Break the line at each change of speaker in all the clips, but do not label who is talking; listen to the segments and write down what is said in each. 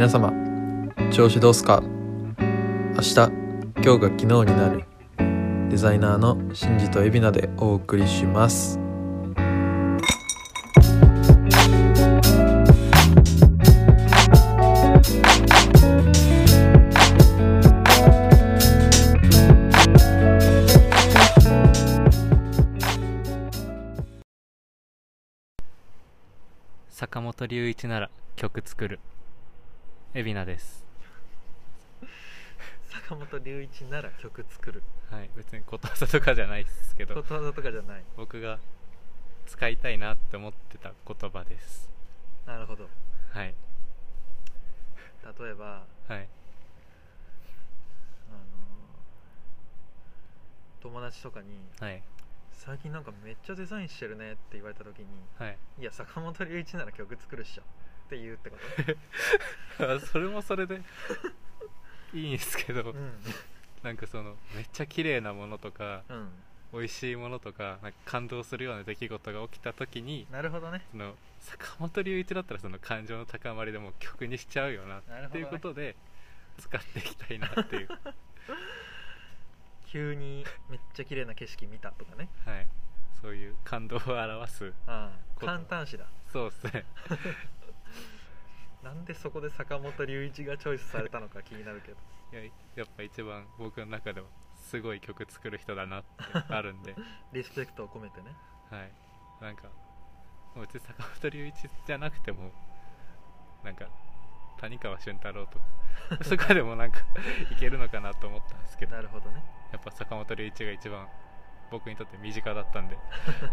皆様調子どうすか。明日今日が昨日になるデザイナーのシンジと海老名でお送りします。
坂本龍一なら曲作る海老名です。
坂本龍一なら曲作る。
はい、別にことわざとかじゃないですけど、
ことわざとかじゃない。
僕が使いたいなって思ってた言葉です。
なるほど。
はい。
例えば、
はい。
友達とかに、
はい。
最近なんかめっちゃデザインしてるねって言われた時に、
はい。
いや坂本龍一なら曲作るっしょって言うってこと
それもそれでいいんですけど、
うん、
なんかそのめっちゃ綺麗なものとか、
うん、
美味しいものとか、なんか感動するような出来事が起きた時に、
なるほどね。
その坂本龍一だったらその感情の高まりでもう曲にしちゃうよなっていうことで使っていきたいなっていう
急にめっちゃ綺麗な景色見たとかね。
はい、そういう感動を表す。
簡単詞だ。
そうっすね
なんでそこで坂本龍一がチョイスされたのか気になるけど
やっぱ一番僕の中ではすごい曲作る人だなってあるんで
リスペクトを込めてね。
はい、なんか別に坂本龍一じゃなくてもなんか谷川俊太郎とかそこでもなんかいけるのかなと思ったんですけど、
なるほどね。
やっぱ坂本龍一が一番僕にとって身近だったんで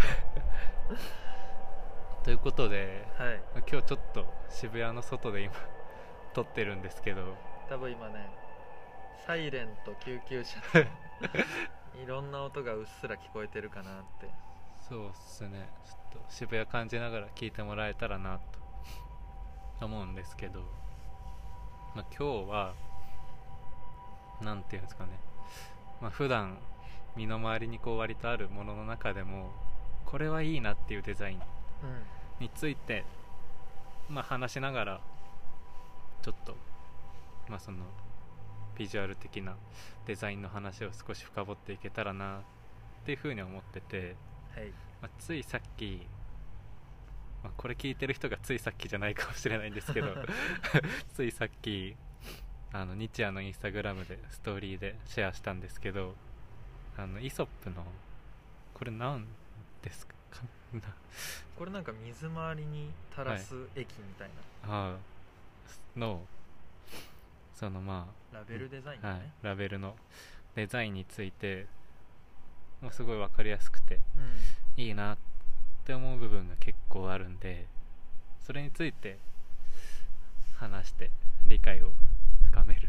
ということで、
はい、
今日ちょっと渋谷の外で今撮ってるんですけど、
多分今ねサイレンと救急車といろんな音がうっすら聞こえてるかなって。
そうっすね、ちょっと渋谷感じながら聞いてもらえたらなと思うんですけど、今日はなんていうんですかね、普段身の回りにこう割とあるものの中でもこれはいいなっていうデザインについて、話しながらちょっとそのビジュアル的なデザインの話を少し深掘っていけたらなっていうふうに思ってて、
はい、
ついさっき、これ聞いてる人がついさっきじゃないかもしれないんですけどついさっき日夜のインスタグラムでストーリーでシェアしたんですけど、イソップのこれ何ですか
これなんか水回りに垂らす液みたいな、
のその
ラベルデザインね、
ラベルのデザインについてすごい分かりやすくて、いいなって思う部分が結構あるんで、それについて話して理解を深める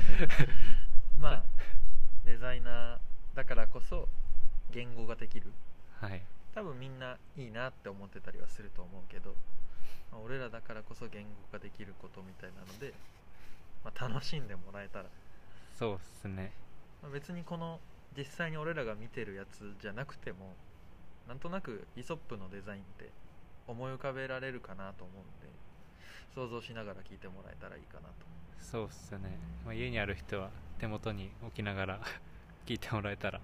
デザイナーだからこそ言語ができる、
はい、
多分みんないいなって思ってたりはすると思うけど、俺らだからこそ言語ができることみたいなので、楽しんでもらえたら。
そうっすね、
別にこの実際に俺らが見てるやつじゃなくてもなんとなくイソップのデザインって思い浮かべられるかなと思うんで、想像しながら聞いてもらえたらいいかなと。
そうっすね、家にある人は手元に置きながら聞いてもらえたら、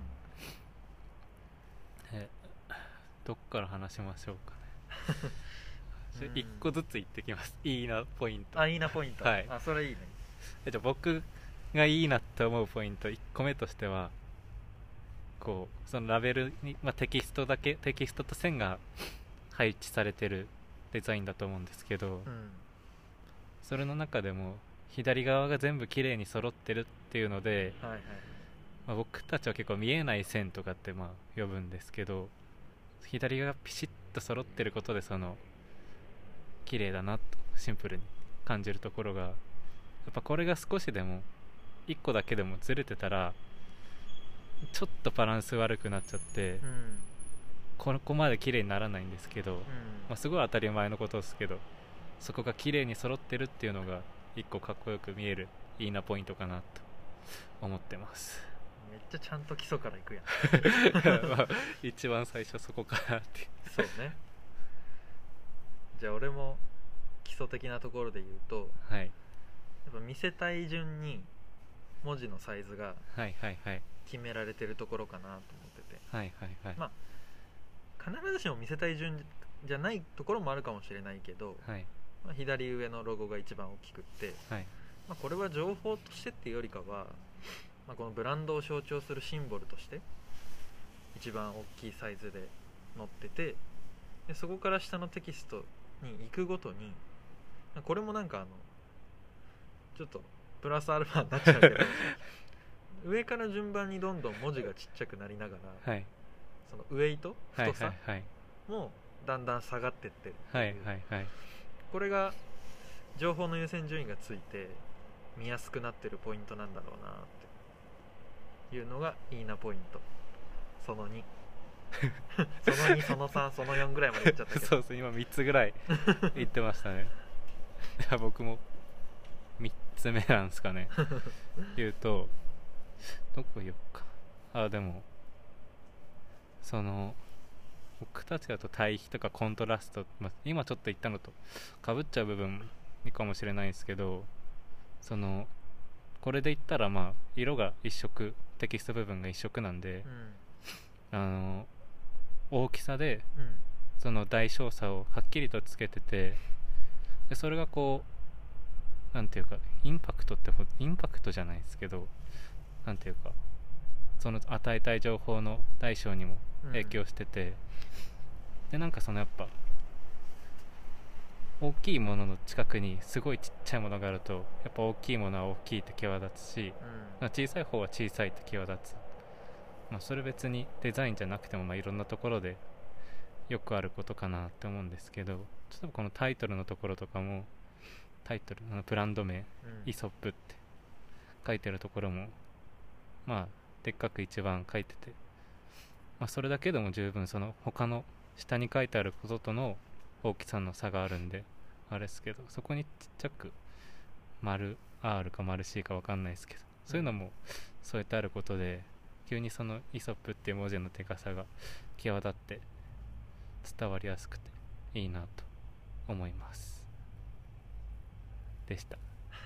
どっから話しましょうかね一個ずつ言ってきます。いいなポイント。
いいなポイント、
はい、
それいいね。
じゃあ僕がいいなって思うポイント1個目としては、こうそのラベルに、テキストと線が配置されてるデザインだと思うんですけど、それの中でも左側が全部綺麗に揃ってるっていうので、僕たちは結構見えない線とかって呼ぶんですけど、左側がピシッと揃ってることでその綺麗だなとシンプルに感じるところが、やっぱこれが少しでも1個だけでもずれてたらちょっとバランス悪くなっちゃって、ここまで綺麗にならないんですけど、すごい当たり前のことですけど、そこが綺麗に揃ってるっていうのが1個かっこよく見えるいいなポイントかなと思ってます。
めっちゃちゃんと基礎からいくやん
一番最初そこからって
そうね。じゃあ俺も基礎的なところで言うと、
はい、
ぱ見せたい順に文字のサイズが
はいはいはい
決められてるところかなと思ってて、
はいはいはい
まあ必ずしも見せたい順じゃないところもあるかもしれないけど、
はい
まあ、左上のロゴが一番大きくって、
はい
まあ、これは情報としてっていうよりかは、まあ、このブランドを象徴するシンボルとして一番大きいサイズで載ってて、でそこから下のテキストに行くごとに、これもなんかちょっとプラスアルファになっちゃうけど上から順番にどんどん文字がちっちゃくなりながら、
はい
そのウエイト
はい
太さ
はい
もだんだん下がってってるっていう、
はいはいはい
これが情報の優先順位がついて見やすくなってるポイントなんだろうなっていうのがいいなポイント。その2その2その3その4ぐらいまでいっちゃったけど
そうです今3つぐらい言ってましたねいや僕も3つ目なんですかね言うとどこ言おうか。でもその僕たちだと対比とかコントラスト、今ちょっと言ったのとかぶっちゃう部分かもしれないんですけど、そのこれで言ったら色が一色、テキスト部分が一色なんで、大きさでその大小差をはっきりとつけてて、でそれがこうなんていうかインパクトじゃないですけど、なんていうかその与えたい情報の大小にも影響してて、でなんかそのやっぱ大きいものの近くにすごいちっちゃいものがあるとやっぱ大きいものは大きいって際立つし、小さい方は小さいって際立つ。それ別にデザインじゃなくてもいろんなところでよくあることかなって思うんですけど、ちょっとこのタイトルのところとかも、タイトルブランド名、イソップって書いてるところもでっかく一番書いてて、それだけでも十分その他の下に書いてあることとの大きさの差があるんであれですけど、そこにちっちゃく丸 R か丸 C か分かんないですけど、そういうのも添えてあることで急にそのイソップっていう文字のでかさが際立って伝わりやすくていいなと思いますでした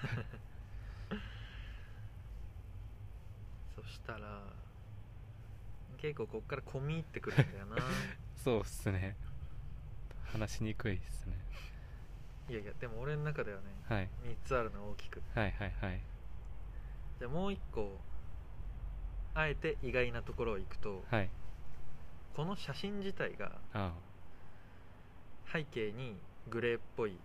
そしたら結構こっから込み入ってくるんだよな
そうっすね、話しにくいっすね。
いやいやでも俺の中ではね、
はい、
3つあるの大きく。
はいはいはい。
じゃあもう1個あえて意外なところを行くと、
はい、
この写真自体が背景にグレーっぽい、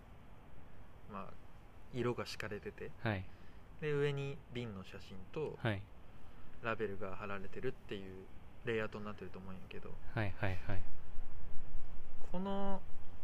色が敷かれてて、
はい、
で上に瓶の写真とラベルが貼られてるっていうレイアウトになってると思うんやけど、
はいはいはい、
この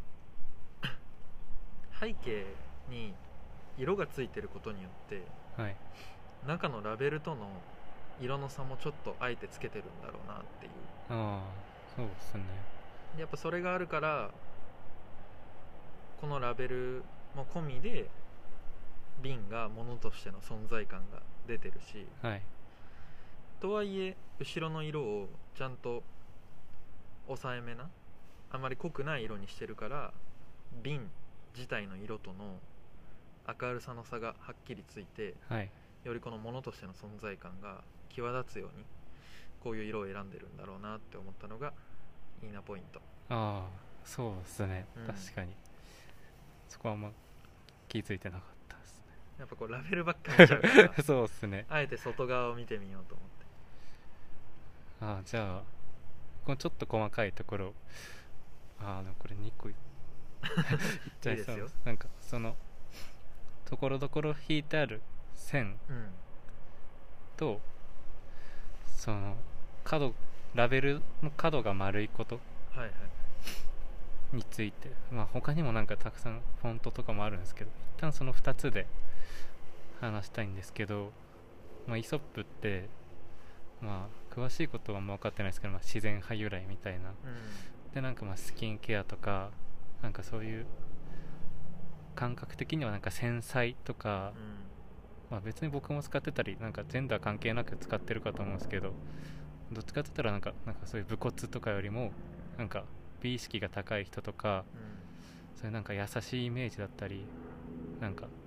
背景に色がついてることによって、
はい、
中のラベルとの色の差もちょっとあえてつけてるんだろうなっていう。
そうですね。
やっぱそれがあるからこのラベルも込みで瓶が物としての存在感が出てるし、
はい、
とはいえ後ろの色をちゃんと抑えめな、あまり濃くない色にしてるから瓶自体の色との明るさの差がはっきりついて、
はい、
よりこの物としての存在感が際立つようにこういう色を選んでるんだろうなって思ったのがいいなポイント。
そうですね、確かにそこはあんま気づいてなかったですね。
やっぱこうラベルばっかり見ちゃうから
そうですね、
あえて外側を見てみようと思って。
じゃあこのちょっと細かいところでもこれ2個いっちゃいそうです。なんかそのところどころ引いてある線と、そのラベルの角が丸いことについて、他にもなんかたくさんフォントとかもあるんですけど、一旦その2つで話したいんですけど、イソップって詳しいことは分かってないですけど、自然派由来みたいな、でなんかスキンケアとかなんかそういう感覚的にはなんか繊細とか、別に僕も使ってたりなんかジェンダー関係なく使ってるかと思うんですけど、どっちかって言ったらなんかそういう武骨とかよりもなんか美意識が高い人とか、そういうなんか優しいイメージだったり、なんか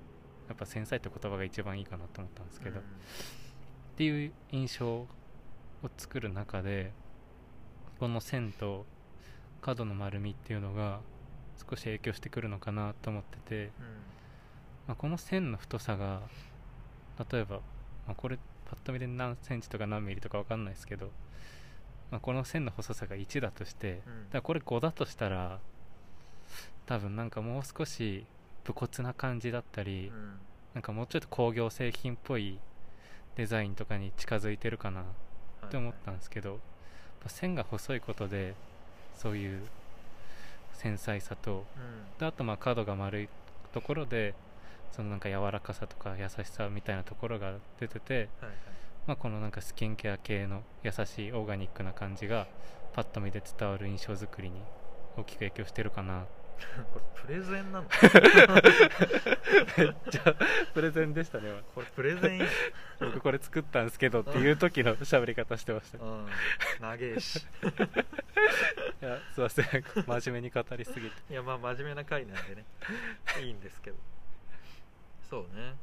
やっぱ繊細って言葉が一番いいかなと思ったんですけど、
うん
っていう印象を作る中でこの線と角の丸みっていうのが少し影響してくるのかなと思ってて、この線の太さが例えば、これパッと見で何センチとか何ミリとか分かんないですけど、この線の細さが1だとして、だからこれ5だとしたら多分なんかもう少し武骨な感じだったり、なんかもうちょっと工業製品っぽいデザインとかに近づいてるかなって思ったんですけど、線が細いことでそういう繊細さと、であと角が丸いところでそのなんか柔らかさとか優しさみたいなところが出てて、このなんかスキンケア系の優しいオーガニックな感じがパッと見で伝わる印象作りに大きく影響してるかな。
これプレゼンなの？
めっちゃプレゼンでしたね。
これプレゼンや。
僕これ作ったんですけどっていう時の喋り方してました。
長えし。い
や、すいません、真面目に語りすぎて。
いや、真面目な回なんでねいいんですけど、そうね、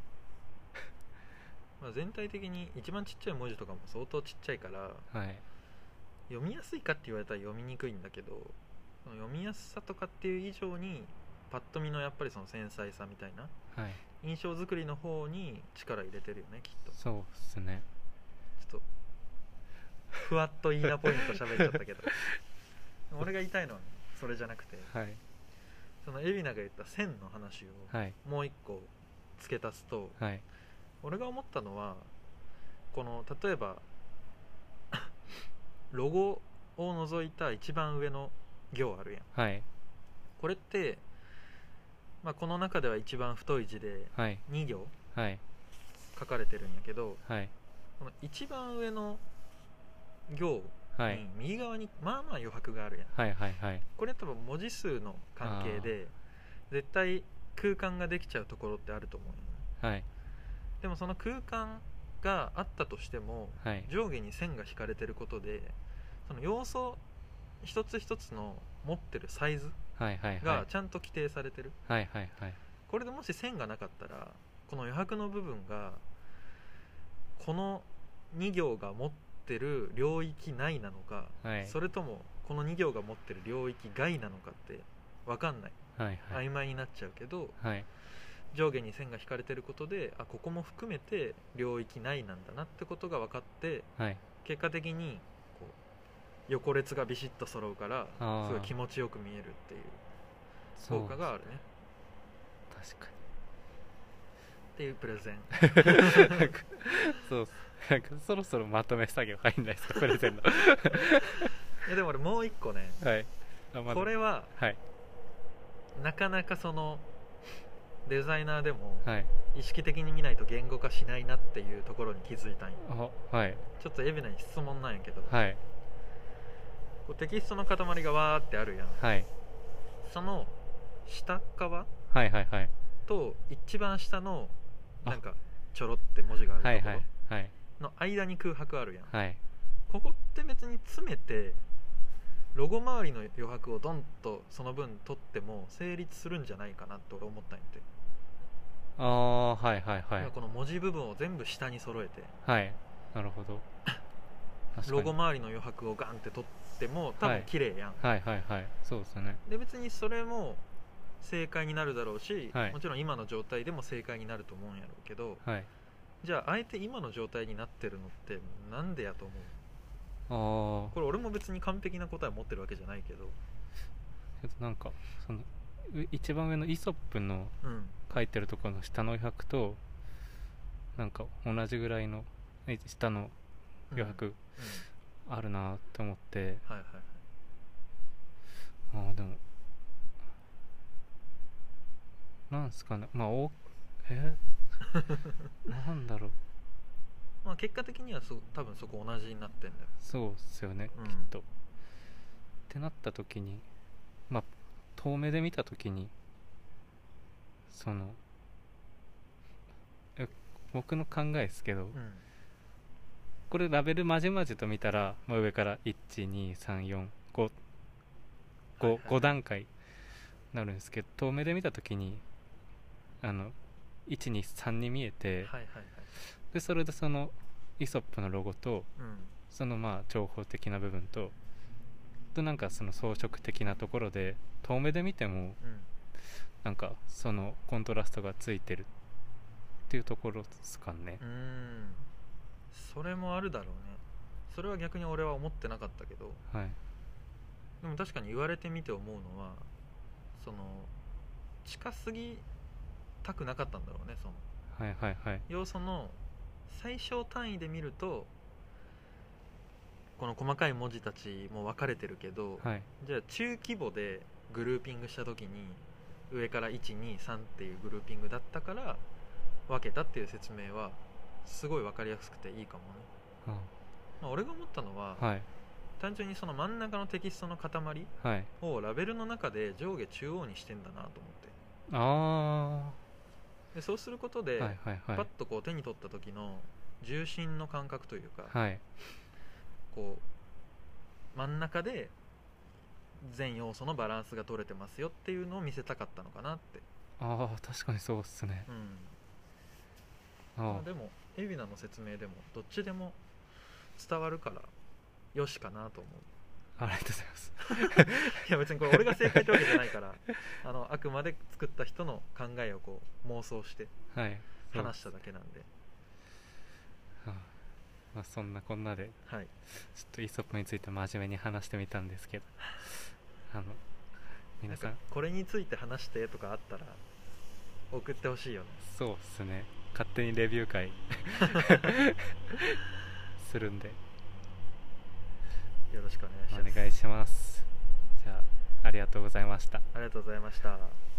全体的に一番ちっちゃい文字とかも相当ちっちゃいから、読みやすいかって言われたら読みにくいんだけど、その読みやすさとかっていう以上にパッと見のやっぱりその繊細さみたいな、印象作りの方に力入れてるよね、きっと。
そうっすね。
ちょっとふわっといいなポイント喋っちゃったけど俺が言いたいのは、それじゃなくて、その海老名が言った線の話をもう一個付け足すと、俺が思ったのは、この例えばロゴを除いた一番上の行あるやん、これって、この中では一番太い字で2行書かれてるんやけど、この一番上の行に右側に余白があるやん、これ多分文字数の関係で絶対空間ができちゃうところってあると思うよね、でもその空間があったとしても、上下に線が引かれてることでその要素一つ一つの持ってるサイズがちゃんと規定されてる、これでもし線がなかったらこの余白の部分がこの2行が持ってる領域内なのか、それともこの2行が持ってる領域外なのかって分かんない、曖昧になっちゃうけど、上下に線が引かれてることで、ここも含めて領域内なんだなってことが分かって、結果的にこう横列がビシッと揃うからすごい気持ちよく見えるっていう効果があるね。
確かに
っていうプレゼン
そう、なんかそろそろまとめ作業入んないですか、プレゼンの
いやでも俺もう一個ね、これは、なかなかそのデザイナーでも意識的に見ないと言語化しないなっていうところに気づいたんよ。ちょっと海老名に質問なんやけど、こうテキストの塊がわーってあるやん、その下側、と一番下のなんかちょろって文字があるところの間に空白あるやん、ここって別に詰めてロゴ周りの余白をドンとその分取っても成立するんじゃないかなって俺思ったんやって。この文字部分を全部下に揃えて、
なるほど
ロゴ周りの余白をガンって取っても多分綺麗やん、
そうですね。
で別にそれも正解になるだろうし、もちろん今の状態でも正解になると思うんやろうけど、じゃああえて今の状態になってるのってなんでやと思う？これ俺も別に完璧な答えを持ってるわけじゃないけど、
なんかその一番上のイソップの書いてるところの下の余白となんか同じぐらいの下の余白あるなと思って、でもなんすかね、なんだろう、
結果的には多分そこ同じになってんだよ。
そうっすよね、きっと。ってなった時に、遠目で見た時にその僕の考えですけど、これラベルまじまじと見たら、上から1,2,3,4,5 段階なるんですけど、遠目で見た時に 123に見えて、
はいはいはい。
でそれでそのイソップのロゴと
うん
そのまあ長方的な部分となんかその装飾的なところで遠目で見ても
うん
なんかそのコントラストがついてるっていうところですかね。
それもあるだろうね。それは逆に俺は思ってなかったけど、
はい
でも確かに言われてみて思うのは、その近すぎたくなかったんだろうね。その
はいはいはい
要素の最小単位で見るとこの細かい文字たちも分かれてるけど、
はい
じゃあ中規模でグルーピングした時に上から123っていうグルーピングだったから分けたっていう説明はすごい分かりやすくていいかもね。まあ、俺が思ったのは、
はい
単純にその真ん中のテキストの塊
はい
をラベルの中で上下中央にしてんだなと思って、
あ
でそうすることで、
あはいはいはい
パッとこう手に取った時の重心の感覚というか、
はい
こう真ん中で全要素のバランスが取れてますよっていうのを見せたかったのかなって。
ああ確かにそうっすね。あ
まあでも海老名の説明でもどっちでも伝わるからよしかなと思う。
ありがとうございます
いや別にこれ俺が正解ってわけじゃないからあくまで作った人の考えをこう妄想して
はい
話しただけなんで、
はあまあ、そんなこんなで
はい、
ちょっとイソップについて真面目に話してみたんですけど皆さん
これについて話してとかあったら送ってほしいよね。
そうっすね勝手にレビュー会するんで
よろしくお願いします。
お願いします。じゃあありがとうございました。
ありがとうございました。